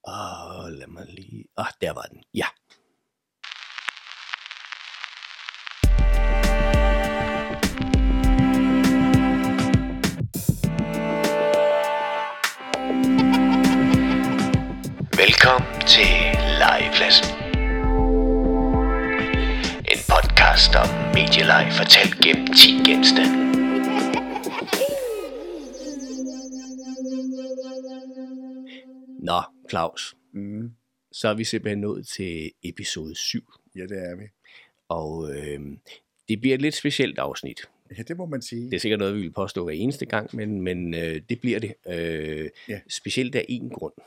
Lad mig lige... der var den. Ja. Velkommen til Legepladsen. En podcast om medieleg fortalt gennem 10 genstande. Nå, Claus. Så er vi simpelthen nået til episode 7. Ja, det er vi. Og det bliver et lidt specielt afsnit. Ja, det må man sige. Det er sikkert noget, vi vil påstå hver eneste gang, men det bliver det. Specielt af en grund.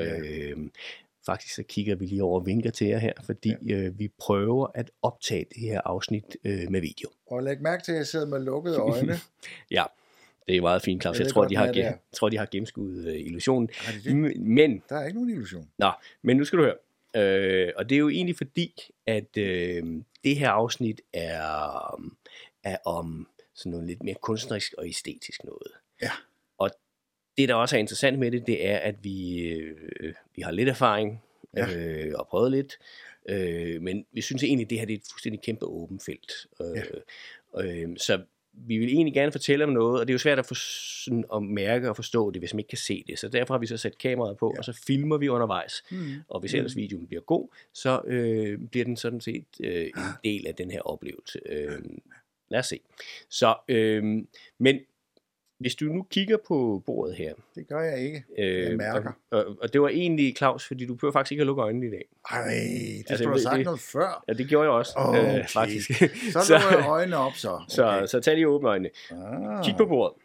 Faktisk så kigger vi lige over og vinker til jer her, fordi vi prøver at optage det her afsnit med video. Og læg mærke til, at jeg sidder med lukkede øjne. Ja, det er meget fint, Claus. Jeg tror, de har gennemskuet illusionen. Men der er ikke nogen illusion. Nå, men nu skal du høre. Og det er jo egentlig fordi, at det her afsnit er om sådan noget lidt mere kunstnerisk og æstetisk noget. Ja. Og det, der også er interessant med det, det er, at vi har lidt erfaring og prøvet lidt. Men vi synes egentlig, at det her det er et fuldstændig kæmpe åbent felt. Så vi vil egentlig gerne fortælle om noget, og det er jo svært at mærke og forstå det, hvis man ikke kan se det. Så derfor har vi så sat kameraet på, og så filmer vi undervejs. Og hvis ellers videoen bliver god, så bliver den sådan set en del af den her oplevelse. Lad os se. Så, men hvis du nu kigger på bordet her. Det gør jeg ikke. Jeg mærker. Og det var egentlig, Claus, fordi du behøver faktisk ikke at lukke øjnene i dag. Ej, det skulle du have sagt noget før. Ja, det gjorde jeg også, okay. faktisk. Så lukker jeg øjnene op så. Okay. Så tag lige åbne øjnene. Kig på bordet.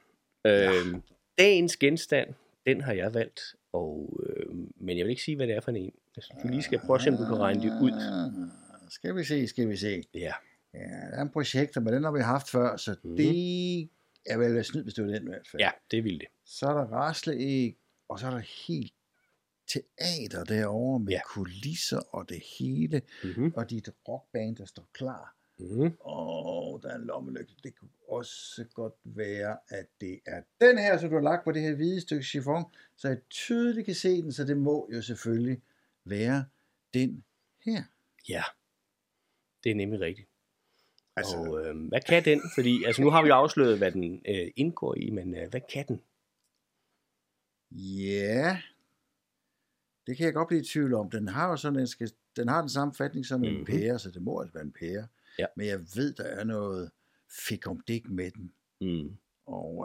Dagens genstand, den har jeg valgt, men jeg vil ikke sige, hvad det er for en. Du lige skal prøve at se, om du kan regne det ud. Skal vi se. Ja. Ja, der er en projekt, men den har vi haft før, så det er vel snyd, hvis det var den i hvert fald. Ja, det vil det. Så er der rasleæg, og så er der helt teater derovre med kulisser og det hele, og dit rockband, der står klar. Og der er en lommelygte. Det kunne også godt være, at det er den her, som du har lagt på det her hvide stykke chiffon, så jeg tydeligt kan se den, så det må jo selvfølgelig være den her. Ja, det er nemlig rigtigt. Altså, og hvad kan den? Fordi altså, nu har vi jo afsløret, hvad den indgår i, men hvad kan den? Ja, det kan jeg godt blive i tvivl om. Den har jo sådan den har den samme fatning som en pære, så det må altså være en pære. Ja. Men jeg ved, der er noget fikumdik med den. Og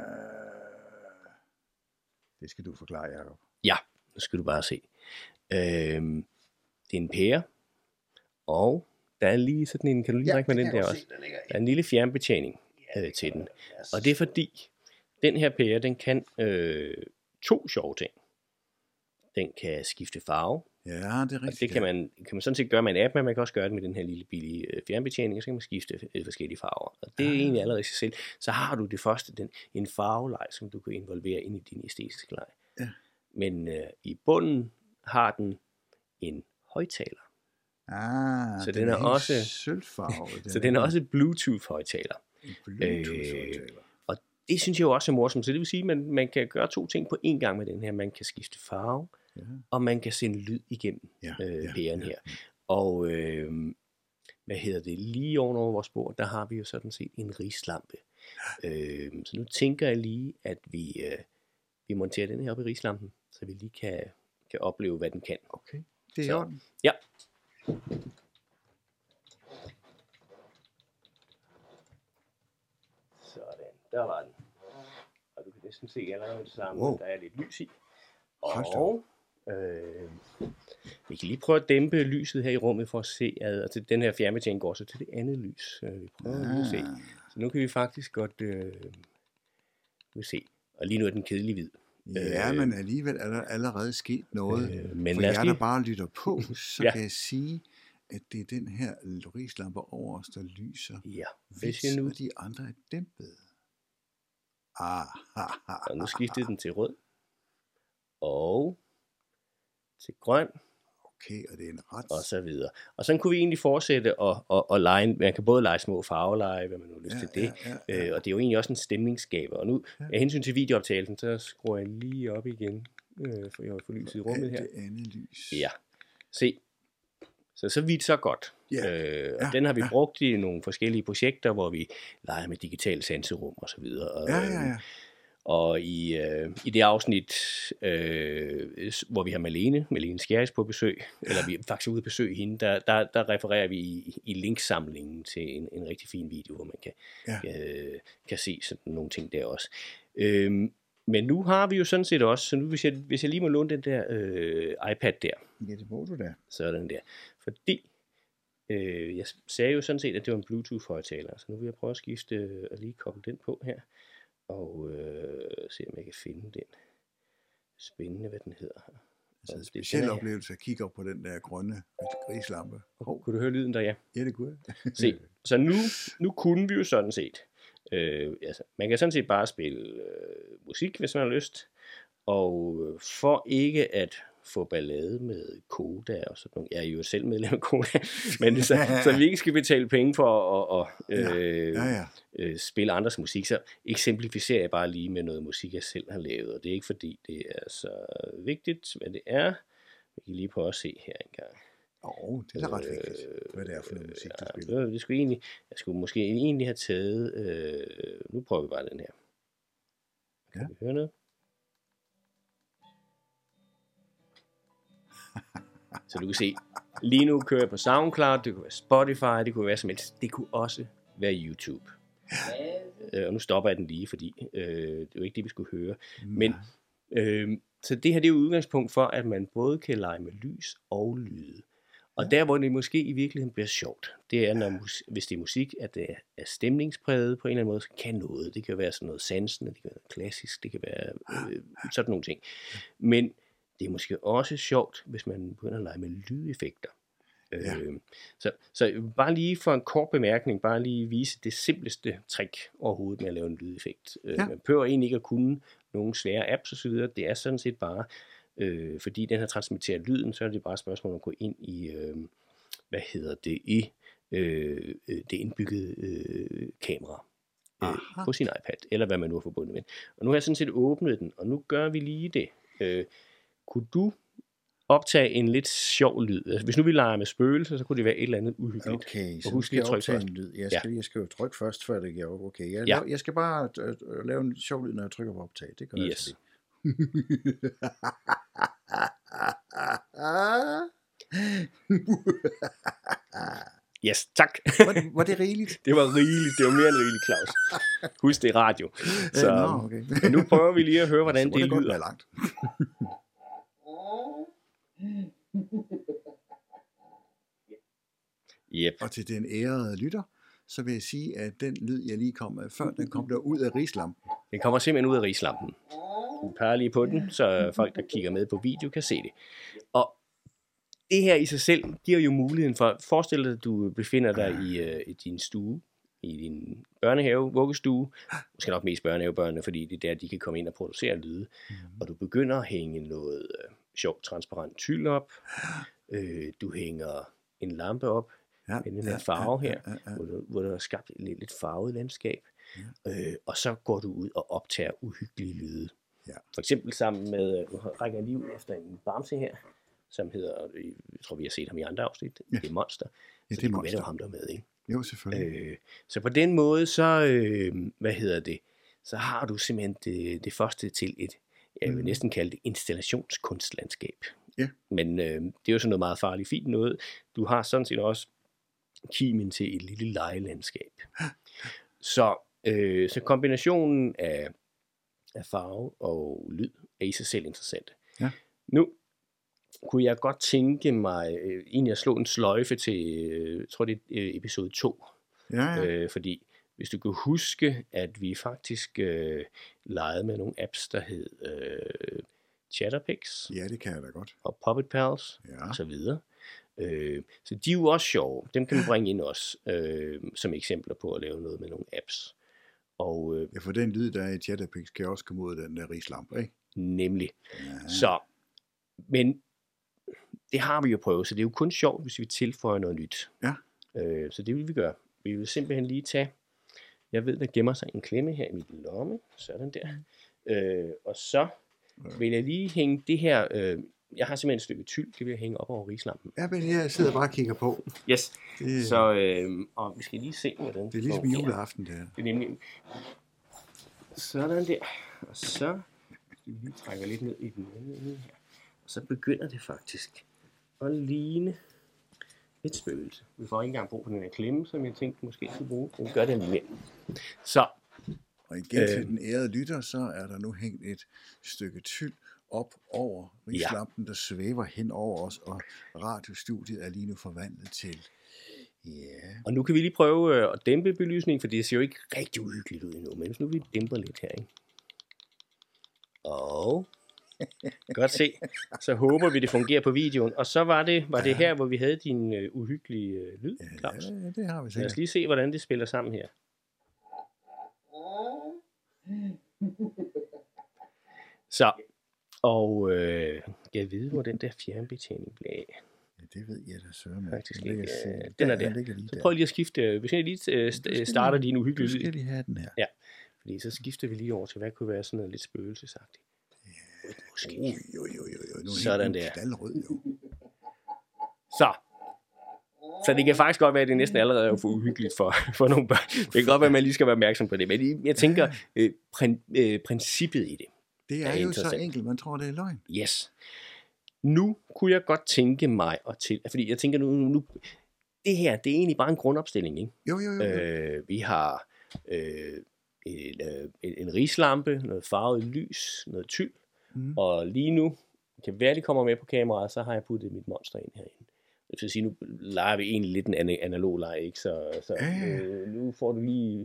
det skal du forklare, Jacob. Ja, nu skal du bare se. Det er en pære, og der er lige sådan en, kan du lige række med den der også? Der er en lille fjernbetjening til den. Og det er fordi, den her pære, den kan 2 sjove ting. Den kan skifte farve. Ja, det er rigtigt. Og det kan man sådan set gøre med en app, men man kan også gøre det med den her lille billige fjernbetjening, og så kan man skifte forskellige farver. Og det er egentlig allerede i sig selv. Så har du det første, en farveleg, som du kan involvere ind i din æstetiske leg. Ja. Men i bunden har den en højtaler. Så den er også sølvfarve. Så den er også Bluetooth-højtaler. Og det synes jeg jo også er morsomt. Så det vil sige, at man kan gøre 2 ting på én gang med den her. Man kan skifte farve, og man kan sende lyd igennem pæren her. Og lige ovenover vores bord, der har vi jo sådan set en rislampe. Så nu tænker jeg lige, at vi monterer den her op i rislampen, så vi lige kan opleve, hvad den kan. Okay, det er i orden. Ja. Sådan, der var den. Og du kan næsten se allerede det samme, der er lidt lys i. Og vi kan lige prøve at dæmpe lyset her i rummet for at se, at den her fjernbetjening går så til det andet lys. Vi prøver lige at se. Så nu kan vi faktisk godt se. Og lige nu er den kedelig hvid. Ja, men alligevel er der allerede sket noget. Men for jeg der bare lytter på, så kan jeg sige, at det er den her rislampe over os, der lyser. Ja. Hvis nu og de andre er dæmpet. Og nu skiftede den til rød. Og til grøn. Okay, og det er en ret. Og så videre. Og så kunne vi egentlig fortsætte og lege. Man kan både lege små farveleje, hvad man nu har lyst til det. Og det er jo egentlig også en stemningsskaber. Og nu, af hensyn til videooptagelsen, så skruer jeg lige op igen for jeg har fået lyset i rummet her. Det andet lys. Ja, se. Så vidt så godt. Og den har vi brugt i nogle forskellige projekter, hvor vi leger med digitale sanserum og så videre. Ja. Og i det afsnit, hvor vi har Malene Skjæris på besøg, eller vi er faktisk ude at besøge hende, der refererer vi i linksamlingen til en rigtig fin video, hvor man kan se sådan nogle ting der også. Men nu har vi jo sådan set også, så nu hvis jeg lige må låne den der iPad der. Ja, det må du da. Sådan der. Fordi jeg sagde jo sådan set, at det var en Bluetooth-højtaler, så nu vil jeg prøve at skifte og lige koble den på her. Og se om jeg kan finde den. Spændende, hvad den hedder her. Altså en speciel oplevelse at kigge op på den der grønne rislampe. Kunne du høre lyden der, ja? Ja, det kunne jeg. Se, så nu kunne vi jo sådan set. Altså, man kan sådan set bare spille musik, hvis man har lyst. Og for ikke at få ballade med Koda og sådan noget. Jeg er jo selv medlem af Koda, men så vi ikke skal betale penge for at spille andres musik, så eksemplificerer jeg bare lige med noget musik, jeg selv har lavet, og det er ikke fordi, det er så vigtigt, hvad det er. Vi kan lige prøve at se her engang. Det er da ret vigtigt, hvad det er for noget musik, du spiller. Det skulle jeg skulle måske egentlig have taget, nu prøver vi bare den her. Kan vi høre noget? Så du kan se, lige nu kører jeg på SoundCloud, det kunne være Spotify, det kunne være som helst, det kunne også være YouTube. Og nu stopper jeg den lige, fordi det er jo ikke det, vi skulle høre. Men så det her det er jo udgangspunkt for, at man både kan lege med lys og lyde. Og der, hvor det måske i virkeligheden bliver sjovt, det er, hvis det er musik, at det er stemningspræget på en eller anden måde, så kan noget. Det kan være sådan noget sansende, det kan være klassisk, det kan være sådan nogle ting. Men det er måske også sjovt, hvis man begynder at lege med lydeffekter. Så bare lige for en kort bemærkning, bare lige vise det simpleste trick overhovedet med at lave en lydeffekt. Man behøver egentlig ikke at kunne nogle svære apps osv. Det er sådan set bare, fordi den her transmitterer lyden, så er det bare et spørgsmål at gå ind i, det indbyggede kamera på sin iPad, eller hvad man nu har forbundet med. Og nu har jeg sådan set åbnet den, og nu gør vi lige det. Kunne du optage en lidt sjov lyd? Altså, hvis nu vi leger med spøgelser, så kunne det være et eller andet uhyggeligt. Okay, så skal jeg optage en lyd. Jeg skal jo trykke først, før det giver op. Okay, jeg skal bare lave en sjov lyd, når jeg trykker på optag. Det gør jeg altså. Yes, tak. Var det rigeligt? Det var rigeligt. Det var mere end rigeligt, Claus. Husk, det er radio. Så okay. Nu prøver vi lige at høre, hvordan det lyder. Godt være langt. Yep. Og til den ærede lytter, så vil jeg sige, at den lyd, jeg lige kom med før, den kom der ud af rislampen. Den kommer simpelthen ud af rislampen. Du peger lige på den, så folk, der kigger med på video, kan se det. Og det her i sig selv giver jo muligheden for, forestil dig, at du befinder dig i din stue, i din børnehave, vuggestue, måske nok mest børnehavebørnene, fordi det er der, de kan komme ind og producere lyde, og du begynder at hænge noget sjovt transparent tyld op, du hænger en lampe op, med den her farve her, hvor der er skabt et lidt farvet landskab, og så går du ud og optager uhyggelige lyde. For eksempel sammen med, nu rækker jeg lige ud efter en bamse her, som hedder, jeg tror vi har set ham i andre afsnit, det er Monster. Ja, så det er Monster. Det ham der med, ikke? Jo, selvfølgelig. Så på den måde, så, så har du simpelthen det første til et, jeg vil næsten kalde det installationskunstlandskab. Ja. Men det er jo sådan noget meget farligt fint noget. Du har sådan set også kimen til et lille legelandskab. Så kombinationen af farve og lyd er i sig selv interessant. Ja. Nu kunne jeg godt tænke mig egentlig at slå en sløjfe til, jeg tror det er episode 2. Fordi hvis du kan huske, at vi faktisk legede med nogle apps, der hed Chatterpix. Ja, det kan jeg da godt. Og Puppet Pals og så videre. Så de er jo også sjove. Dem kan du bringe ind også som eksempler på at lave noget med nogle apps. Og, for den lyd, der er i Chatterpix, kan også komme ud af den der rislampe, ikke? Nemlig. Ja. Men det har vi jo prøvet, så det er jo kun sjovt, hvis vi tilføjer noget nyt. Ja. Så det vil vi gøre. Vi vil simpelthen lige tage, jeg ved, der gemmer sig en klemme her i mit lomme, sådan der. Og så vil jeg lige hænge det her... jeg har simpelthen et stykke tyld, det vil jeg hænge op over rislampen. Ja, men jeg sidder bare og kigger på. Yes. Så, og vi skal lige se, hvordan det er ligesom juleaften, det her. Det er nemlig... Sådan der. Og så skal vi lige trække lidt ned i den anden her. Og så begynder det faktisk at ligne et spøgelse. Vi får ikke engang brug for den her klemme, som jeg tænkte måske skulle bruge. Den gør det mere. Så. Og igen til den ærede lytter, så er der nu hængt et stykke tyld op over rislampen, der svæver hen over os, og radiostudiet er lige nu forvandlet til... Ja. Og nu kan vi lige prøve at dæmpe belysningen, for det ser jo ikke rigtig uhyggeligt ud endnu, men nu vi dæmper lidt her, ikke? Og godt se. Så håber vi, det fungerer på videoen. Og så var det her, hvor vi havde din uhyggelige lyd, Claus. Ja, det har vi sikkert. Lad os lige se, hvordan det spiller sammen her. Så, og jeg ved, hvor den der fjernbetjening bliver af. Ja, det ved jeg da søren. Faktisk ikke. Den er der. Så prøv lige at skifte. Hvis jeg lige starter din uhyggelige lyd. Nu skal lige have den her. Ja, fordi så skifter vi lige over til, hvad kunne være sådan noget lidt spøgelsesagtigt. Ja, måske. Jo. Nu sådan der. Knaldrød, jo. Så det kan faktisk godt være, at det næsten allerede er for uhyggeligt for nogle børn. Det kan godt være, at man lige skal være opmærksom på det. Men jeg tænker, princippet i det. Det er jo så enkelt, man tror, det er løgn. Yes. Nu kunne jeg godt tænke mig fordi jeg tænker nu det her, det er egentlig bare en grundopstilling, ikke? Jo. Vi har en rislampe, noget farvet lys, noget tyld, og lige nu, kan være, det kommer med på kameraet, så har jeg puttet mit monster ind herinde. Det vil sige, nu leger vi egentlig lidt en analog leg, ikke? Så nu får du lige...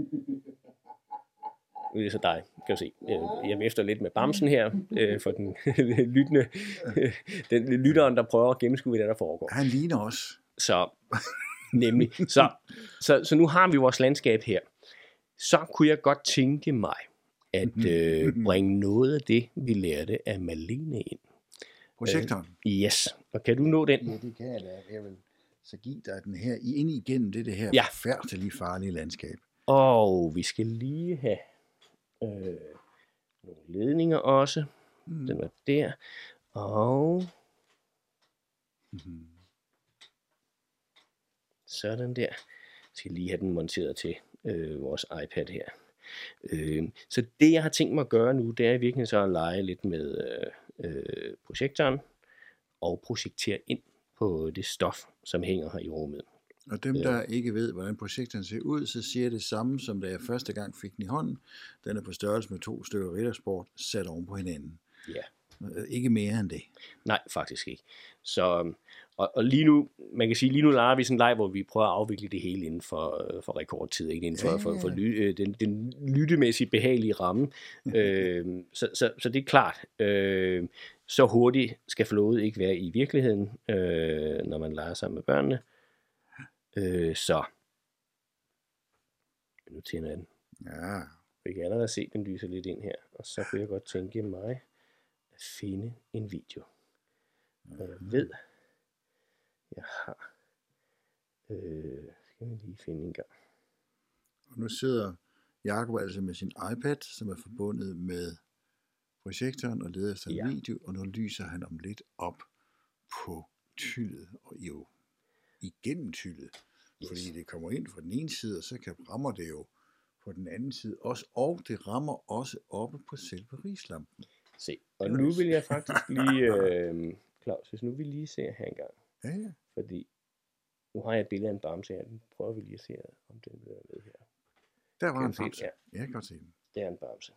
Nu er det så dig, kan du se. Jeg vifter lidt med bamsen her, for den lyttende, den lytteren, der prøver at gennemskue, hvad der foregår. Han ligner os. Så, nemlig. Så nu har vi vores landskab her. Så kunne jeg godt tænke mig, at bringe noget af det, vi lærte af Malene ind. Projektoren? Yes. Og kan du nå den? Ja, det kan jeg da. Jeg vil så give dig den her ind igennem det her forfærdelige farlige landskab. Og vi skal lige have nogle ledninger også. Den var der. Og sådan der. Jeg skal lige have den monteret til vores iPad her. Så det jeg har tænkt mig at gøre nu, det er i virkeligheden så at lege lidt med projektoren og projektere ind på det stof, som hænger her i rummet. Og dem, der ikke ved, hvordan projektoren ser ud, så siger det samme, som da jeg første gang fik den i hånden. Den er på størrelse med 2 stykker Riddersport sat oven på hinanden. Ja. Ikke mere end det. Nej, faktisk ikke. Så, og lige nu, man kan sige, lige nu leger vi sådan en leg, hvor vi prøver at afvikle det hele inden for rekordtid, ikke inden for den lyttemæssigt behagelige ramme. Så det er klart, så hurtigt skal flowet ikke være i virkeligheden, når man leger sammen med børnene. Så nu tænder jeg den. Ja. Vi kan allerede se, den lyser lidt ind her, og så kunne jeg godt tænke mig at finde en video. Og jeg ved, jeg har, skal vi lige finde en gang. Og nu sidder Jakob altså med sin iPad, som er forbundet med projektoren og leder efter en video, og nu lyser han om lidt op på tyldet, og jo igennem tyldet, fordi det kommer ind fra den ene side, og så rammer det jo på den anden side også, og det rammer også oppe på selve rislampen. Se, og nu vil jeg faktisk lige, Claus, hvis nu vi lige ser her engang. Ja. Fordi nu har jeg et billede af en bamse her, den prøver vi lige at se, om den vil være med her. Der var en bamse. Ja. Jeg kan godt se den. Det er en bamse.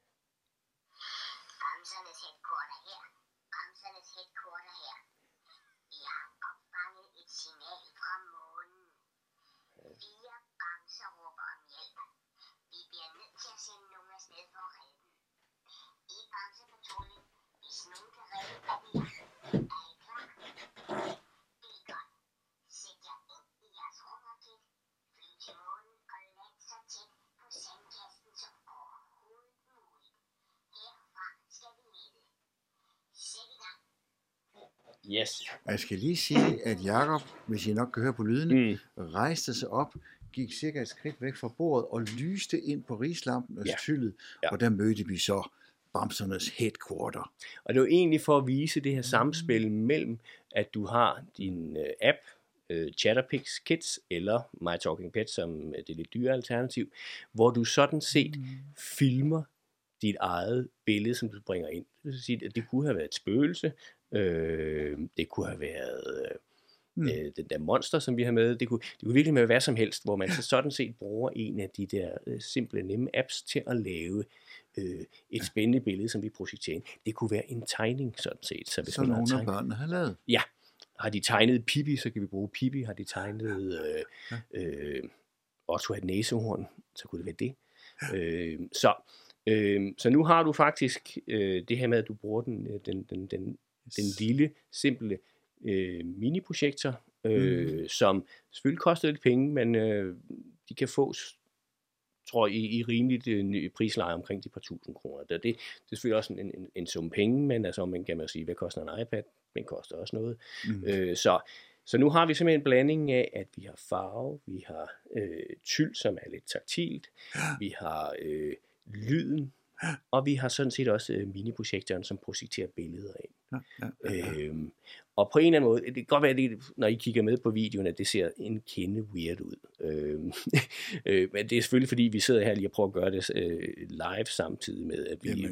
Bamsernes headquarter her. Bamsernes headquarter her. Vi har opfanget et signal fra månen. 4 bamser råber om hjælp. Vi bliver nødt til at sende nogen afsted for at redde dem. I bamsepatruljen. Hvis nogen kan redde dem, er I klar? Det er godt. Sæt jer ind i jeres rumraket. Flyv til månen og land så tæt på sandkassen som overhovedet muligt. Herfra skal vi lede. Sæt i gang. Yes. Jeg skal lige sige, at Jakob, hvis I nok kan høre på lyden, rejste sig op, gik cirka et skridt væk fra bordet og lyste ind på rislampen og tyldet, og der mødte vi så Bamsernes headquarter. Og det er jo egentlig for at vise det her samspil mellem, at du har din app, Chatterpix Kids, eller My Talking Pet, som det lidt dyre alternativ, hvor du sådan set filmer dit eget billede, som du bringer ind. Det vil sige, at det kunne have været et spøgelse, det kunne have været den der monster, som vi har med. Det kunne virkelig være hvad som helst, hvor man så sådan set bruger en af de der simple, nemme apps til at lave et spændende billede, som vi projekterer ind. Det kunne være en tegning, sådan set. Så hvis nogle af børnene har lavet. Ja. Har de tegnet Pippi, så kan vi bruge Pippi. Har de tegnet Otto har et næsehorn, så kunne det være det. Så nu har du faktisk det her med, at du bruger den lille, simple mini-projektor, som selvfølgelig koster lidt penge, men de kan fås, tror jeg, i rimeligt prisleje omkring de par tusind kroner. Det er selvfølgelig også en sum penge, men altså, man kan sige, hvad koster en iPad? Den koster også noget. Så nu har vi simpelthen en blanding af, at vi har farve, vi har tyld, som er lidt taktilt, vi har lyden, og vi har sådan set også mini-projektoren, som projekterer billeder ind. Og på en eller anden måde, det kan godt være, at når I kigger med på videoen, at det ser en kende weird ud. Men det er selvfølgelig, fordi vi sidder her lige og prøver at gøre det live samtidig med, at vi...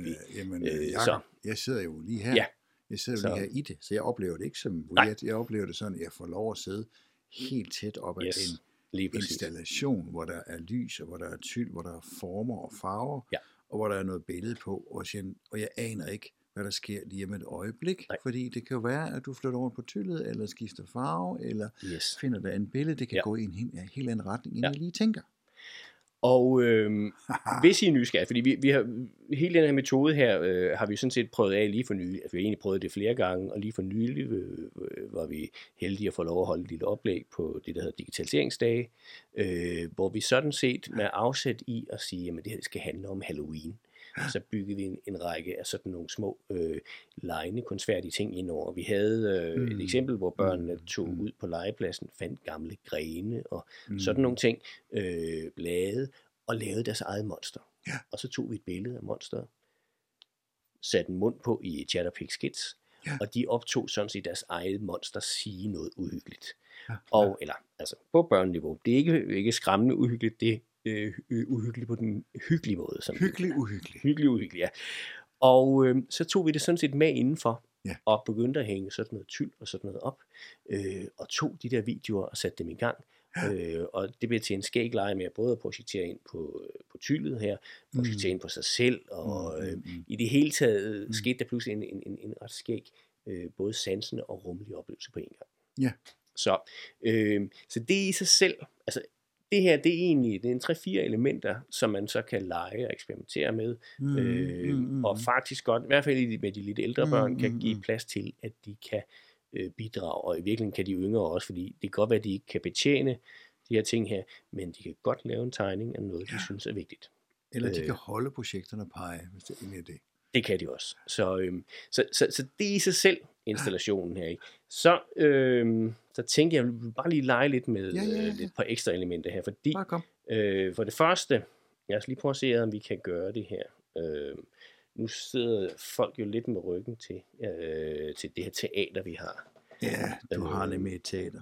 Jeg sidder jo lige her. Ja. Jeg sidder jo lige her i det, så jeg oplever det ikke som weird. Jeg oplever det sådan, at jeg får lov at sidde helt tæt op ad en installation, hvor der er lys, og hvor der er tyld, hvor der er former og farver, og hvor der er noget billede på, og jeg aner ikke, hvad der sker lige om et øjeblik, fordi det kan jo være, at du flytter over på tyllet, eller skifter farve, eller finder der en billede, det kan gå i en helt anden retning, end jeg lige tænker. Og hvis I er nysgerrige, fordi vi har hele den her metode her, har vi sådan set prøvet af lige for nylig, altså vi har egentlig prøvet det flere gange, og lige for nylig var vi heldige at få lov at holde et lille oplæg på det, der hedder digitaliseringsdage, hvor vi sådan set med afsæt i at sige, at det her skal handle om Halloween. Så byggede vi en række af sådan nogle små legende, kunstfærdige ting indover. Vi havde et eksempel, hvor børnene tog ud på legepladsen, fandt gamle grene og sådan nogle ting, blade, og lavede deres eget monster. Og så tog vi et billede af monsteret, satte en mund på i Chatterpix Kids, og de optog sådan set deres eget monster sige noget uhyggeligt. Eller altså på børneniveau. Det er ikke skræmmende uhyggeligt, det uhyggeligt på den hyggelige måde. Hyggelig uhyggelig, ja. Og så tog vi det sådan set med indenfor, og begyndte at hænge sådan noget tyld og sådan noget op, og tog de der videoer og satte dem i gang. Og det blev til en skægleje med at både projektere ind på tyldet her, projektere ind på sig selv, og i det hele taget skete der pludselig en ret skæg, både sansende og rummelig oplevelse på en gang. Så det i sig selv, altså det her, det er egentlig en 3-4 elementer, som man så kan lege og eksperimentere med, og faktisk godt, i hvert fald med de lidt ældre børn, kan give plads til, at de kan bidrage, og i virkeligheden kan de yngre også, fordi det kan godt være, at de ikke kan betjene de her ting her, men de kan godt lave en tegning af noget, de synes er vigtigt. Eller de kan holde projekterne og pege, hvis det er en idé. Det kan de også. Så det er i sig selv installationen her, ikke? Så tænker jeg, at vi vil bare lige lege lidt med et par ekstra elementer her, fordi for det første, lad os lige prøve at se, om vi kan gøre det her. Nu sidder folk jo lidt med ryggen til det her teater, vi har. Ja, du har nemlig et teater.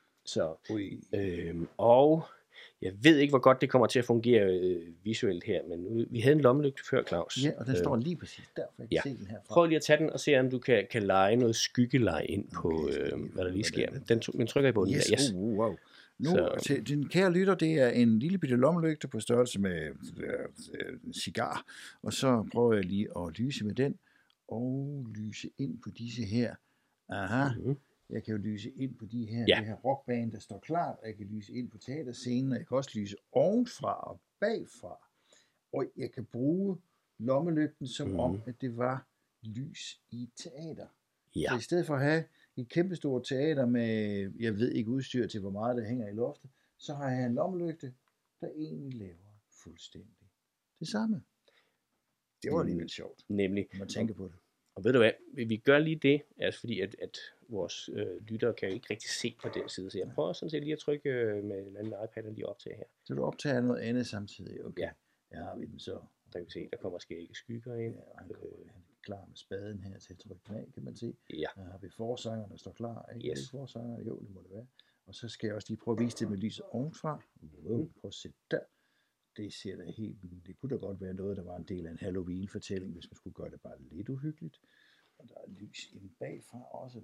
Og jeg ved ikke, hvor godt det kommer til at fungere visuelt her, men vi havde en lommelygte før, Claus. Ja, og den står lige præcis der, for jeg kan se den herfra. Prøv lige at tage den og se, om du kan lege noget skyggeleje ind på, hvad der lige sker. Den trykker i bunden der. Yes. Wow. Nu, til din kære lytter, det er en lille bitte lommelygte på størrelse med cigar, og så prøver jeg lige at lyse med den, og lyse ind på disse her. Aha. Jeg kan jo lyse ind på de her, det her rockband, der står klart, og jeg kan lyse ind på teaterscenen, og jeg kan også lyse ovenfra og bagfra. Og jeg kan bruge lommelygten som om, at det var lys i et teater. Så i stedet for at have et kæmpestort teater med, jeg ved ikke udstyr til, hvor meget der hænger i loftet, så har jeg en lommelygte, der egentlig laver fuldstændig det samme. Det var alligevel sjovt. Nemlig. Når man tænker på det. Og ved du hvad, vi gør lige det, altså fordi at vores lyttere kan jo ikke rigtig se på den side, så jeg prøver sådan set lige at trykke med en anden iPad og lige optage her. Så du optager noget andet samtidig? Okay. Ja, har vi den så. Der kan vi se, der kommer skægge skygger ind. Ja, han er klar med spaden her til at trykke den af, kan man se. Ja. Der har vi forsangeren, der står klar. Ikke? Yes. Forsangeren, jo, det må det være. Og så skal jeg også lige prøve at vise det med lyset ovenfra. Prøv at se der. Det ser da helt... Det kunne da godt være noget, der var en del af en Halloween-fortælling, hvis man skulle gøre det bare lidt uhyggeligt. Og der er lys inde bagfra også.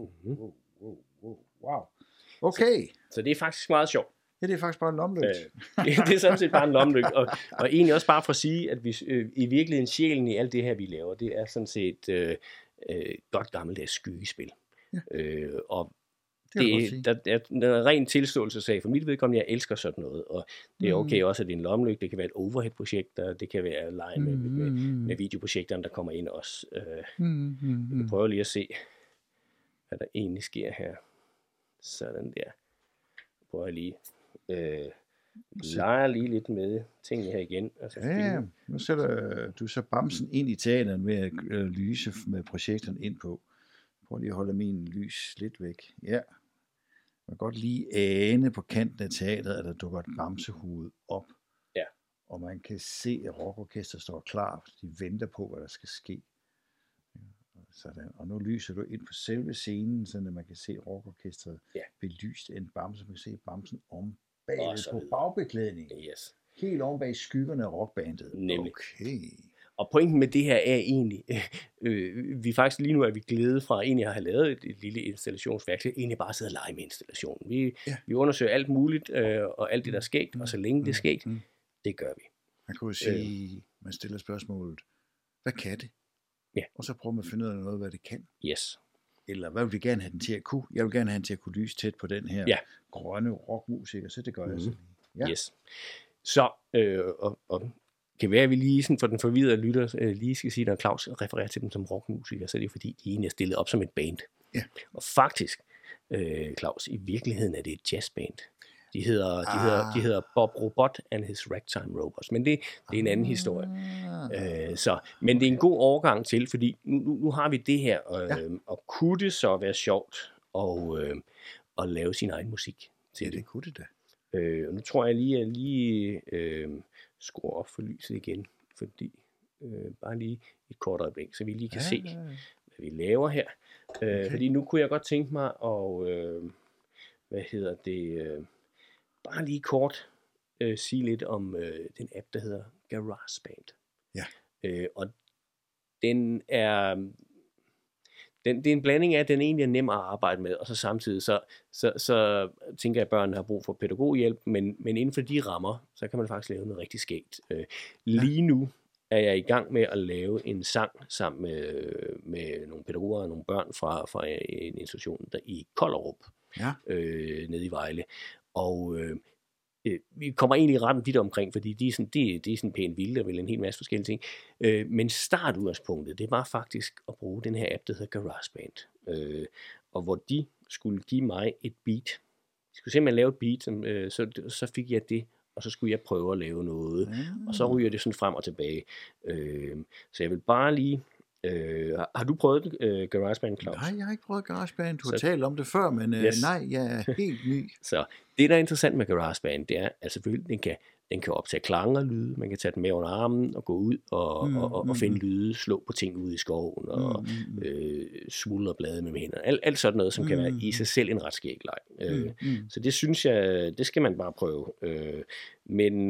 Wow. Okay. Så det er faktisk meget sjovt. Ja, det er faktisk bare en lommelygte. Det er sådan set bare en lommelygte. Og egentlig også bare for at sige, at vi i virkeligheden sjælen i alt det her, vi laver, det er sådan set godt gammeldags skyggespil. Ja. Og det er en ren tilståelsessag. For mit vedkommende, jeg elsker sådan noget. Og det er okay også, at det er en lommelygte. Det kan være et overhead-projekt, det kan være lege med videoprojekterne, der kommer ind også. Vi prøver lige at se, hvad der egentlig sker her. Sådan der. Prøver jeg lige... leger lige lidt med tingene her igen. Altså nu sætter du så bamsen ind i teateren med at lyse med projekteren ind på. Prøv lige at holde min lys lidt væk. Ja. Man kan godt lige ane på kanten af teateret, at der dukker et bamsehoved op. Ja. Og man kan se, at rockorkester står klar. De venter på, hvad der skal ske. Sådan. Og nu lyser du ind på selve scenen, så man kan se rockorkestret belyst en bamse. Man kan se bamsen om bagved på bagbeklædningen. Yes. Helt oven bag skyggerne af rockbandet. Nemlig. Okay. Og pointen med det her er egentlig, vi faktisk lige nu er vi glæde fra egentlig at have lavet et lille installationsværk, så egentlig bare sidde og lege med installationen. Vi undersøger alt muligt, og alt det, der er sket, og så længe det er sket, det gør vi. Man kan jo sige, man stiller spørgsmålet, hvad kan det? Ja. Og så prøver man at finde ud af noget, hvad det kan. Yes. Eller hvad vil vi gerne have den til at kunne? Jeg vil gerne have den til at kunne lyse tæt på den her grønne rockmusiker, så det gør jeg så lige. Ja. Yes. Så, og kan være, at vi lige sådan for den forvirrede lytter lige skal sige, når Claus refererer til dem som rockmusikere, så er det fordi, de egentlig er stillet op som et band. Ja. Og faktisk, Claus, i virkeligheden er det et jazzband. De hedder Bob Robot and his Ragtime Robots, men det er en anden historie. Men det er en god overgang til, fordi nu har vi det her, og kunne det så være sjovt at lave sin egen musik til det kunne det da. Og nu tror jeg lige skruer op for lyset igen, fordi bare lige et kort øjeblik, så vi lige kan se, hvad vi laver her. Fordi nu kunne jeg godt tænke mig at, bare lige kort sige lidt om den app, der hedder GarageBand. Ja. Og den er... Det er en blanding af, at den egentlig er nem at arbejde med, og så samtidig så tænker jeg, at børnene har brug for pædagoghjælp, men inden for de rammer, så kan man faktisk lave noget rigtig skægt. Lige nu er jeg i gang med at lave en sang sammen med nogle pædagoger og nogle børn fra en institution der i Kollerup, nede i Vejle. Og vi kommer egentlig ret vidt omkring, fordi de er sådan pænt vilde og vil en hel masse forskellige ting. Men startudgangspunktet, det var faktisk at bruge den her app, der hedder GarageBand. Og hvor de skulle give mig et beat. De skulle simpelthen lave et beat, så fik jeg det, og så skulle jeg prøve at lave noget. Og så ryger det sådan frem og tilbage. Så jeg vil bare lige... har du prøvet GarageBand, Claus? Nej, jeg har ikke prøvet GarageBand. Du har talt om det før, men nej, jeg er helt ny. Så det, der er interessant med GarageBand, det er, at selvfølgelig, den kan optage klange og lyde. Man kan tage den med under armen og gå ud og finde lyde, slå på ting ude i skoven og smuldre blade med hænderne. Alt sådan noget, som kan være i sig selv en ret skæg leg. Så det synes jeg, det skal man bare prøve. Men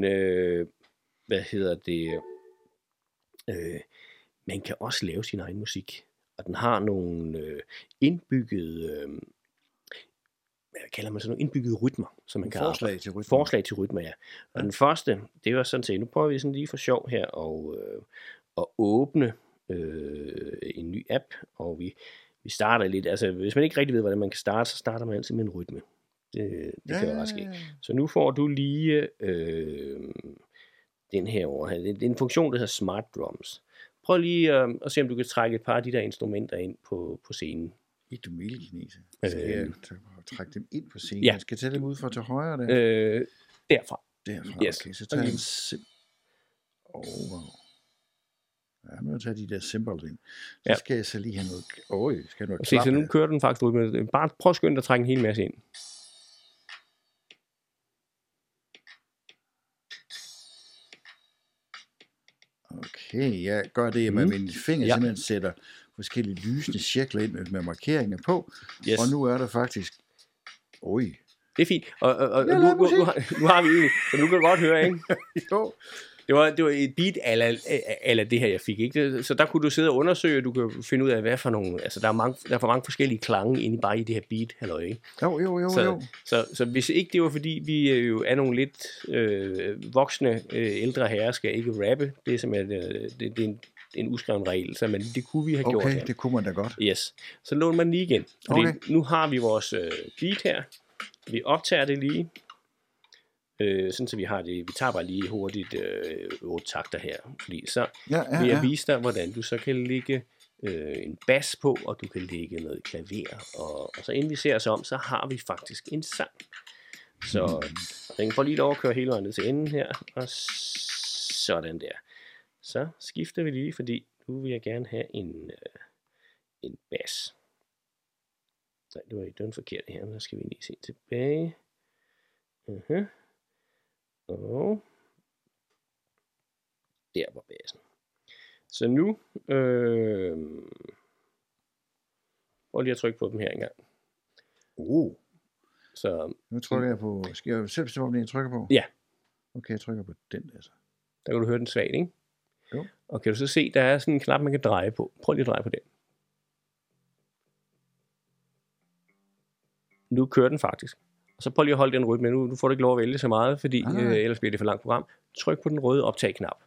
man kan også lave sin egen musik, og den har nogle indbyggede, hvad kalder man sådan nogle indbyggede rytmer, som man kan forslag til rytmer. Forslag til rytmer, ja. Og den første, det var sådan set, nu prøver vi sådan lige for sjov her at åbne en ny app, og vi starter lidt, altså hvis man ikke rigtig ved, hvordan man kan starte, så starter man altid med en rytme. Det kan jo også ske. Så nu får du lige den her over her. Det er en funktion, der hedder Smart Drums. Prøv lige at se, om du kan trække et par af de der instrumenter ind på scenen. Ikke du mildekinese. Så jeg trække dem ind på scenen. Ja. Jeg skal tage dem ud fra til højre der. Derfra. Derfra, Yes. okay. Så tager jeg en wow. Ja, nu tager de der cymbals ind. Så skal jeg så lige have noget... skal noget Se, så nu kører den faktisk ud. Bare prøv at skynde dig at trække en hel masse ind. Okay, jeg gør det med mine fingre, simpelthen sætter forskellige lysende cirkler ind med markeringer på. Yes. Og nu er der faktisk... Oj. Det er fint. Og nu har vi egentlig, så nu kan du godt høre, ikke? Jo. Det var et beat ala det her, jeg fik, ikke? Så der kunne du sidde og undersøge, og du kan finde ud af, hvad for nogle... Altså, der er for mange forskellige klange inde bare i det her beat, halløj, ikke? Jo. Så hvis ikke det var fordi, vi jo er nogle lidt voksne ældre herrer, skal ikke rappe. Det er simpelthen det er en uskreven regel, så men det kunne vi have gjort. Okay, det kunne man da godt. Yes. Så låner man lige igen. Fordi nu har vi vores beat her. Vi optager det lige. Sådan så vi har det. Vi tager bare lige hurtigt 8 takter her. Fordi så vil jeg vise dig, hvordan du så kan lægge en bas på, og du kan lægge noget klaver. Og så inden vi ser os om, så har vi faktisk en sang. Så den får lige lov at køre hele vejen ned til enden her. Og sådan der. Så skifter vi lige, fordi nu vil jeg gerne have en bas. Nej, det var den forkerte her, men så skal vi lige se tilbage. Og der var bassen. Så nu prøv lige at trykke på dem her engang. Så nu trykker jeg på. Skal jeg selv bestemme, om jeg trykker på? Ja. Okay, jeg trykker på den der så. Der kan du høre den svagt, ikke? Jo. Og kan du så se, der er sådan en knap, man kan dreje på. Prøv lige at dreje på den. Nu kører den faktisk. Og så prøv lige at holde den rytme. Nu får du ikke lov at vælge så meget, fordi ellers bliver det for langt program. Tryk på den røde optag-knap.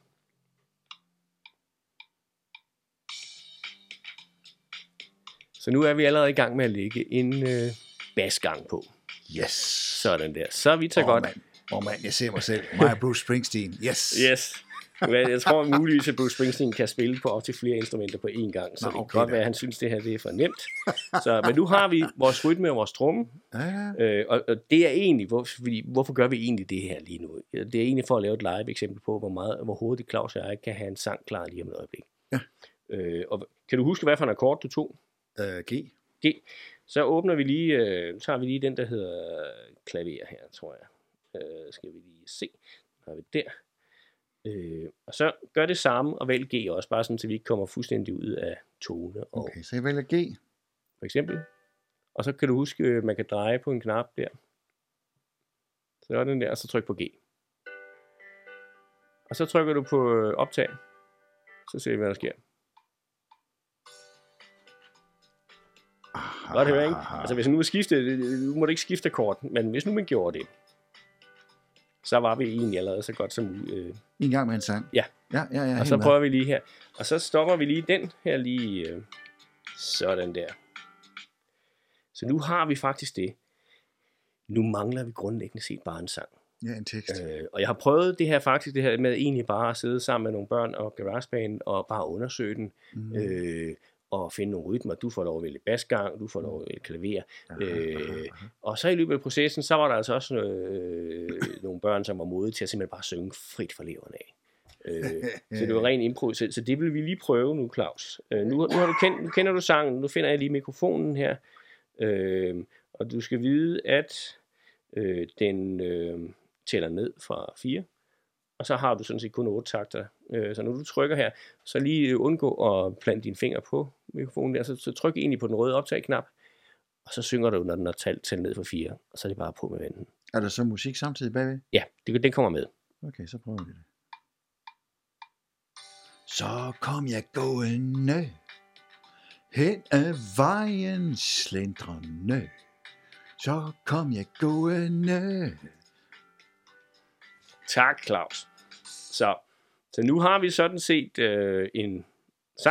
Så nu er vi allerede i gang med at lægge en basgang på. Yes. Sådan der. Så er vi så godt. Mand, jeg ser mig selv. Mig og Bruce Springsteen. Yes. Jeg tror muligvis, at Bruce Springsteen kan spille på op til flere instrumenter på én gang. Så det kan godt være, at han synes, det her det er for nemt. Men nu har vi vores rytme og vores tromme. Og det er egentlig, hvorfor gør vi egentlig det her lige nu? Det er egentlig for at lave et live eksempel på, hvor hurtigt Claus og jeg kan have en sang klar lige om et øjeblik. Ja. Og kan du huske, hvad for en akkord du tog? G. Så åbner vi lige, tager vi lige den, der hedder klaver her, tror jeg. Skal vi lige se. Nu har vi der. Og så gør det samme og vælg G også, bare sådan, så vi ikke kommer fuldstændig ud af tone. Okay, så jeg vælger G. For eksempel. Og så kan du huske, man kan dreje på en knap der. Så er den der, og så tryk på G. Og så trykker du på optag. Så ser vi, hvad der sker. Godt høre, ikke? Altså hvis nu vil skifte, nu må du ikke skifte akkord, men hvis nu man gjorde det, så var vi egentlig allerede så godt som en gang med en sang. Ja. Og så prøver vi lige her. Og så stopper vi lige den her lige sådan der. Så nu har vi faktisk det. Nu mangler vi grundlæggende set bare en sang. Ja, en tekst. Og jeg har prøvet det her med egentlig bare at sidde sammen med nogle børn og GarageBand og bare undersøge den. Og finde nogle rytmer. Du får lov at vælge basgang, du får lov at vælge klaver. Og så i løbet af processen, så var der altså også nogle børn, som var modige til at simpelthen bare synge frit fra leveren af. Så det var ren impro. Så det vil vi lige prøve nu, Claus. Nu kender du sangen, nu finder jeg lige mikrofonen her. Og du skal vide, at den tæller ned fra 4. Og så har du sådan set kun 8 takter. Så når du trykker her, så lige undgå at plante dine fingre på mikrofonen der. Så tryk egentlig på den røde optag-knap. Og så synger du, når den er talt ned fra 4. Og så er det bare på med venden. Er der så musik samtidig bagved? Ja, den kommer med. Okay, så prøver vi det. Så kom jeg gående hen ad vejen slendrende. Så kom jeg gående. Tak, Claus. Så nu har vi sådan set en sang.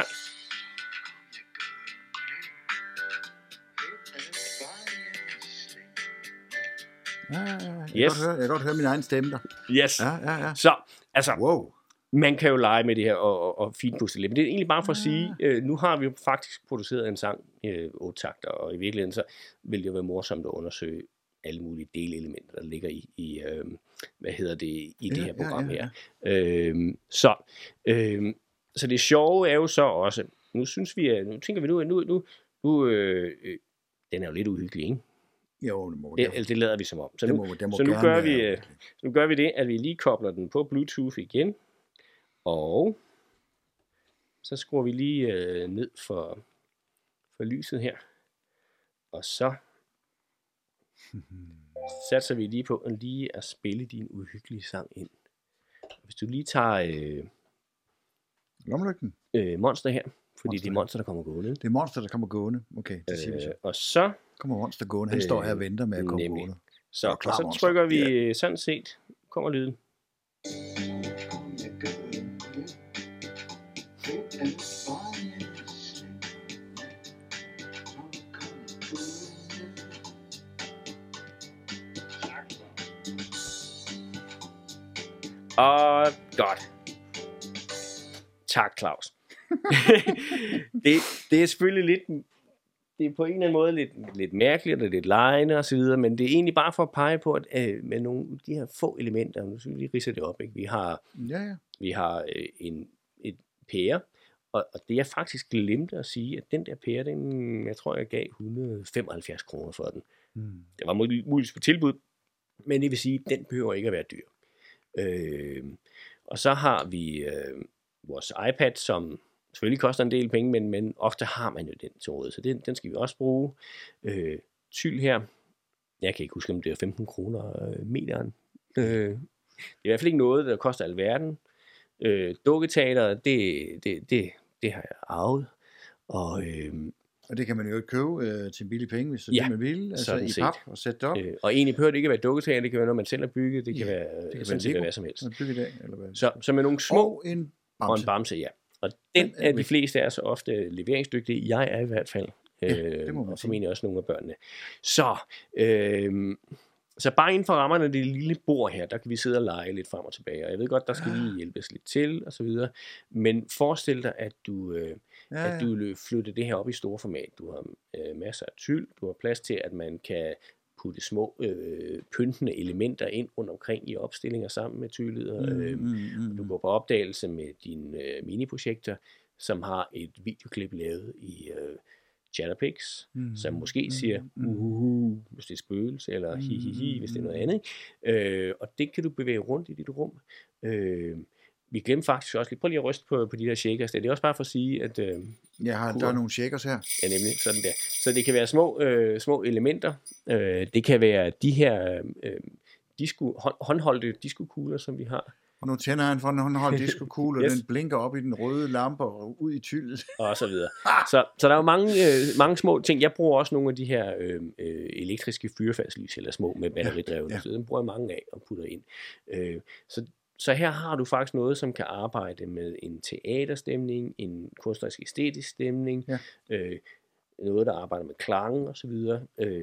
Jeg kan godt høre min egen stemme der. Yes. Ja. Så, altså, man kan jo lege med det her og finpuste lidt. Men det er egentlig bare for at sige, nu har vi jo faktisk produceret en sang, 8 takter, og i virkeligheden så vil det jo være morsomt at undersøge alle mulige delelementer, der ligger i det her program her. Så det sjove er jo så også, nu tænker vi nu den er jo lidt uhyggelig, ikke? Jo, det lader vi som om. Så nu gør vi det, at vi lige kobler den på Bluetooth igen, og Så skruer vi lige ned for lyset her. Og så satser vi lige på at spille din uhyggelige sang ind. Hvis du lige tager lommelygten? Monster her, fordi det er Monster, der kommer gående. Det er Monster, der kommer gående. Okay, det siger vi så. Og så kommer Monster gående. Han står her og venter med at komme gående. Så, og så trykker vi sådan set. Kommer lyden. Og godt. Tak, Claus. det er selvfølgelig lidt, det er på en eller anden måde lidt mærkeligt og lidt legende og så videre, men det er egentlig bare for at pege på, at med nogle af de her få elementer, nu skal vi lige ridse det op, ikke? Vi har et pære, og det jeg faktisk glemte at sige, at den der pære, jeg tror jeg gav 175 kroner for den. Det var muligvis på tilbud, men det vil sige, at den behøver ikke at være dyr. Og så har vi vores iPad, som selvfølgelig koster en del penge, men ofte har man jo den til råd, så den skal vi også bruge. Tyl her, jeg kan ikke huske, om det er 15 kroner meteren. Det er i hvert fald ikke noget, der koster alverden. Dukketeater, det har jeg arvet. Og det kan man jo ikke købe til en billig penge, hvis det man vil, altså i pap og sætte det op. Og egentlig behøver det ikke at være dukketeater, det kan være noget, man selv har bygget, det kan være sådan set hvad som helst. Så med nogle små og en bamse, ja. Og den er de fleste af så ofte leveringsdygtige. Jeg er i hvert fald. Og formentlig også nogle af børnene. Så bare inden for rammerne af det lille bord her, der kan vi sidde og lege lidt frem og tilbage. Og jeg ved godt, der skal lige hjælpes lidt til og så videre. Men forestil dig, at du flytter det her op i store format. Du har masser af tyld. Du har plads til, at man kan putte små pyntende elementer ind rundt omkring i opstillinger sammen med tyldet. Du går på opdagelse med din miniprojektor, som har et videoklip lavet i Chatterpix, som måske siger hvis det er spøgelse, eller hihihi, hvis det er noget andet. Og det kan du bevæge rundt i dit rum. Vi glemte faktisk også lige, prøv lige at ryste på de der shakers. Det er også bare for at sige, at der er nogle shakers her. Ja, nemlig sådan der. Så det kan være små elementer. Det kan være de her håndholdte diskokugler, som vi har. Og nu tænder han for en håndholdt diskokugle, og den blinker op i den røde lampe og ud i tyldet. Og så videre. Så der er jo mange små ting. Jeg bruger også nogle af de her elektriske fyrfærdslys, eller små med batteridrevne. Så dem bruger jeg mange af og putter ind. Så her har du faktisk noget, som kan arbejde med en teaterstemning, en kunstnerisk æstetisk stemning, noget, der arbejder med klang og så videre.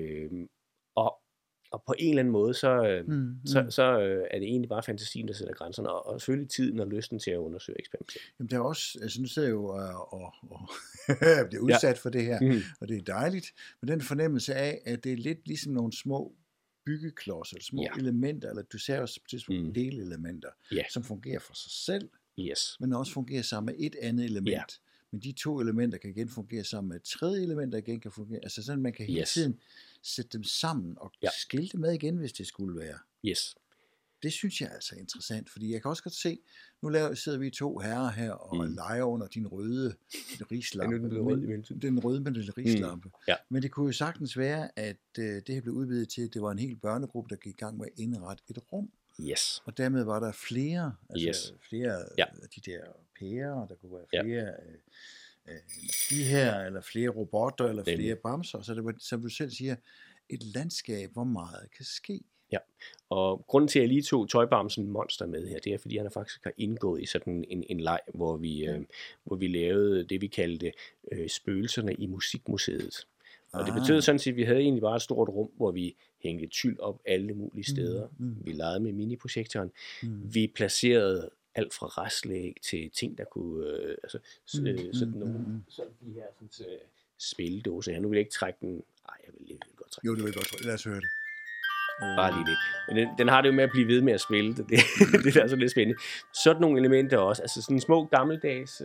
Og på en eller anden måde, så er det egentlig bare fantasien, der sætter grænserne, og selvfølgelig tiden og lysten til at undersøge eksperimentere. Jamen der er også, altså nu sidder jeg jo og bliver udsat for det her, og det er dejligt, men den fornemmelse af, at det er lidt ligesom nogle små byggeklodser, små elementer, eller du ser også til små delelementer, som fungerer for sig selv, men også fungerer sammen med et andet element. Men de to elementer kan igen fungere sammen med et tredje element, der igen kan fungere. Altså sådan, man kan hele tiden sætte dem sammen og skille dem med igen, hvis det skulle være. Det synes jeg altså er interessant, fordi jeg kan også godt se, nu sidder vi to herrer her og leger under din røde rislampe. Den røde med den rislampe. Men det kunne jo sagtens være, at det her blev udvidet til, at det var en hel børnegruppe, der gik i gang med at indrette et rum. Og dermed var der flere, flere af de der pærer, der kunne være flere de her, eller flere robotter, eller flere bamser. Så det var, som du selv siger, et landskab, hvor meget kan ske. Ja, og grunden til, at jeg lige tog tøjbamsen Monster med her, det er, fordi han faktisk har indgået i sådan en leg, hvor vi lavede det, vi kaldte spøgelserne i Musikmuseet. Og det betød sådan set, at vi havde egentlig bare et stort rum, hvor vi hængte tyld op alle mulige steder. Vi legede med miniprojektoren. Vi placerede alt fra restlæg til ting, der kunne... sådan nogle... Sådan de her spildåser her. Nu vil jeg ikke trække den... Nej, jeg vil godt trække den. Jo, du vil godt trække. Lad os høre det. Bare lige lidt. Men den har det jo med at blive ved med at spille. Det er altså lidt spændende. Sådan nogle elementer også. Altså sådan små gammeldags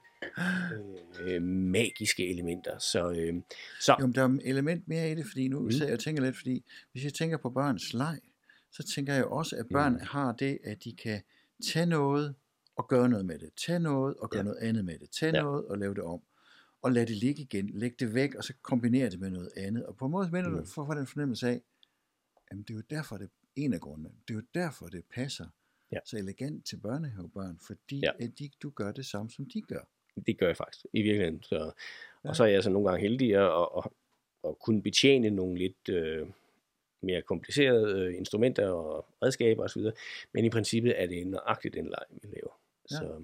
magiske elementer. Så. Jo, der er et element mere i det, fordi nu så jeg tænker lidt, fordi hvis jeg tænker på børns leg, så tænker jeg også, at børn har det, at de kan tage noget og gøre noget med det. Tag noget, og gøre noget andet med det. Tag noget, og lave det om. Og lad det ligge igen. Læg det væk, og så kombinere det med noget andet. Og på en måde mener du, for den fornemmelse af, jamen det er jo derfor, det en af grundene. Det er jo derfor, det passer så elegant til børnehavebørn, fordi at du gør det samme, som de gør. Det gør jeg faktisk, i virkeligheden. Så, og så er jeg så nogle gange heldig at kunne betjene nogle lidt mere komplicerede instrumenter og redskaber osv. Men i princippet er det nøjagtigt den leg, vi laver. Ja.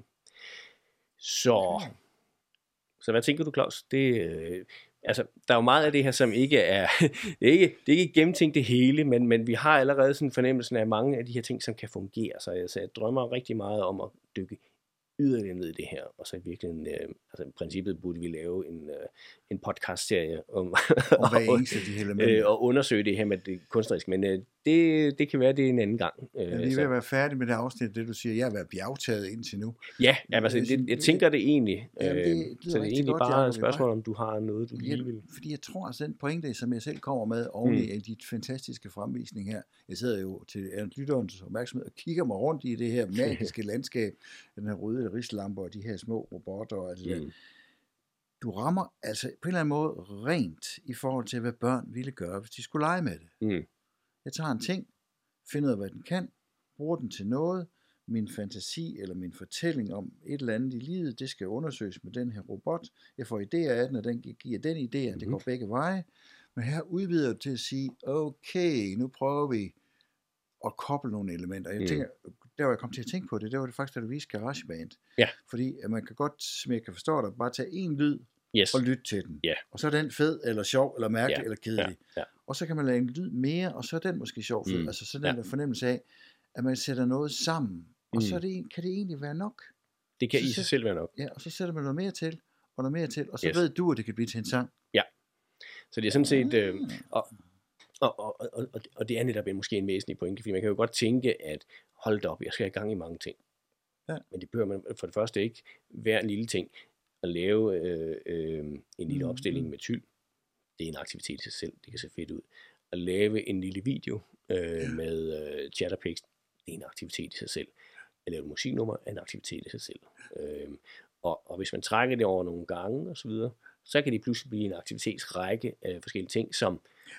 Så hvad tænker du, Claus? Altså, der er jo meget af det her, som ikke er, det er ikke gennemtænkt det hele, men vi har allerede sådan fornemmelsen af mange af de her ting, som kan fungere. Så jeg drømmer rigtig meget om at dykke yderligere ned i det her, og så i virkeligheden, altså i princippet burde vi lave en podcast-serie om hver eneste de elementer. Og undersøge det her med det kunstneriske, men det kan være, det er en anden gang. Jeg er lige ved at være færdig med det afsnit, det du siger, jeg har været bjergtaget indtil nu. Ja, altså, jeg tænker det egentlig, så det er egentlig godt, bare et spørgsmål, om du har noget, du lige vil. Fordi jeg tror, at den pointe, som jeg selv kommer med oven i dit fantastiske fremvisning her, jeg sidder jo til lytterens opmærksomhed og kigger mig rundt i det her magiske landskab, den her røde rislamper og de her små robotter og det der. Du rammer altså på en eller anden måde rent i forhold til, hvad børn ville gøre, hvis de skulle lege med det. Jeg tager en ting, finder ud af, hvad den kan, bruger den til noget, min fantasi eller min fortælling om et eller andet i livet, det skal undersøges med den her robot. Jeg får idéer af den, og den giver den idé, det går begge veje. Men her udvider jeg til at sige, okay, nu prøver vi at koble nogle elementer. Jeg tænker, der hvor jeg kom til at tænke på det, der var det faktisk, da du viste GarageBand. Ja. Fordi at man kan godt, som jeg kan forstå dig, bare tage en lyd og lytte til den. Yeah. Og så er den fed, eller sjov, eller mærkelig, eller kedelig. Og så kan man lade en lyd mere, og så er den måske sjov, fed. Altså så den der fornemmelse af, at man sætter noget sammen. Og så kan det egentlig være nok. Det kan i sig selv være nok. Ja, og så sætter man noget mere til, og noget mere til, og så ved du, at det kan blive til en sang. Ja. Så det er sådan set, og det er netop måske en væsentlig pointe, fordi man kan jo godt tænke, at hold op, jeg skal i gang i mange ting. Ja. Men det behøver man for det første ikke hver en lille ting. At lave en lille opstilling med tyld, det er en aktivitet i sig selv, det kan se fedt ud. At lave en lille video med Chatterpix, det er en aktivitet i sig selv. At lave et musiknummer er en aktivitet i sig selv. Og hvis man trækker det over nogle gange og så videre, så kan det pludselig blive en aktivitetsrække af forskellige ting, som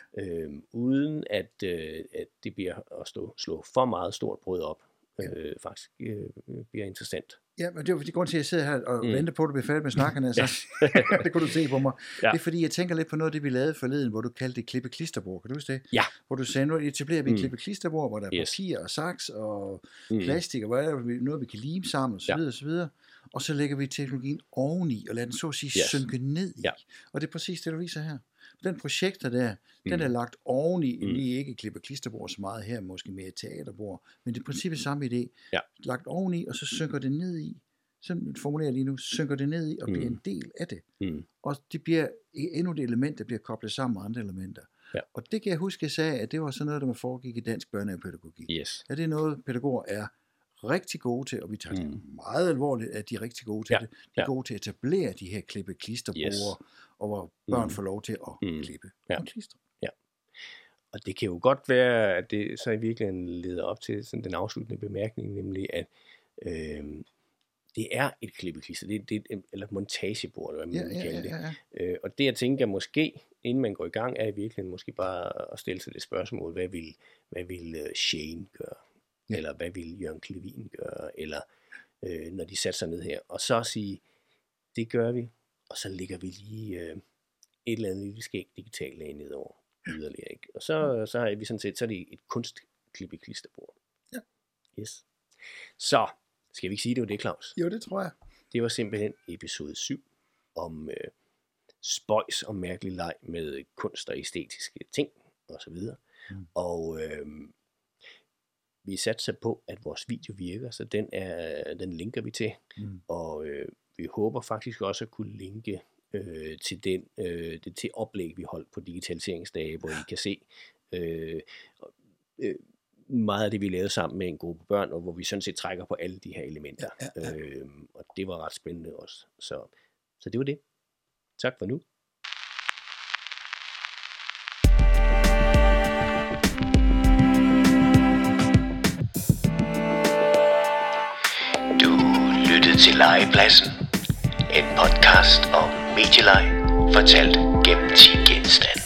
uden at det bliver at slå for meget stort brød op, faktisk bliver interessant. Ja, men det er fordi grund til, at jeg sidder her og venter på, at du bliver færdig med snakken. Altså. Det kunne du se på mig. Ja. Det er fordi, jeg tænker lidt på noget af det, vi lavede forleden, hvor du kaldte det klippe-klisterbord. Kan du huske det? Ja. Hvor du sagde, nu etablerer vi et klippe-klisterbord, hvor der er papir og saks og plastik, og noget, vi kan lime sammen, og så videre, og så videre. Og så lægger vi teknologien oveni, og lader den så at sige synke ned i. Ja. Og det er præcis det, du viser her. Den projekter der, den er lagt oveni, lige ikke klippe-klisterbord så meget her, måske mere teaterbord, men det er princippet samme idé. Ja. Lagt oveni, og så synker det ned i, sådan formulerer jeg lige nu, synker det ned i og bliver en del af det. Og det bliver endnu et element, der bliver koblet sammen med andre elementer. Ja. Og det kan jeg huske, jeg sagde, at det var sådan noget, der foregik i dansk børnehavepædagogik. Yes. Ja, det er noget, pædagoger er rigtig gode til, og vi tager det meget alvorligt, at de er rigtig gode til det. De er gode til at etablere de her klippe-klisterbord, og hvor børn får lov til at klippe og klistre. Ja. Og det kan jo godt være, at det så i virkeligheden leder op til sådan den afsluttende bemærkning, nemlig at det er et klippe-klister, det er eller montagebord, eller hvad man vil kalde det. Og det jeg tænker måske, inden man går i gang, er i virkeligheden måske bare at stille sig det spørgsmål, hvad vil Shane gøre? Ja. Eller hvad vil Jørgen Clevin gøre, eller når de satte sig ned her, og så sige, det gør vi, og så lægger vi lige et eller andet lille skæg digitalt lag nedover, yderligere, ikke? Og så har vi sådan set, så er det et kunstklippe-klisterbord. Ja. Yes. Så, skal vi ikke sige, det var det, Claus? Jo, det tror jeg. Det var simpelthen episode 7 om spøjs og mærkelig leg med kunst og æstetiske ting, og så videre. Og vi satser på, at vores video virker, så den linker vi til, og vi håber faktisk også at kunne linke til det til oplæg, vi holdt på digitaliseringsdage, hvor I kan se meget af det, vi lavede sammen med en gruppe børn, og hvor vi sådan set trækker på alle de her elementer. Og det var ret spændende også. Så det var det. Tak for nu. Du til Legepladsen. En podcast om medieleg, fortalt gennem 10 genstande.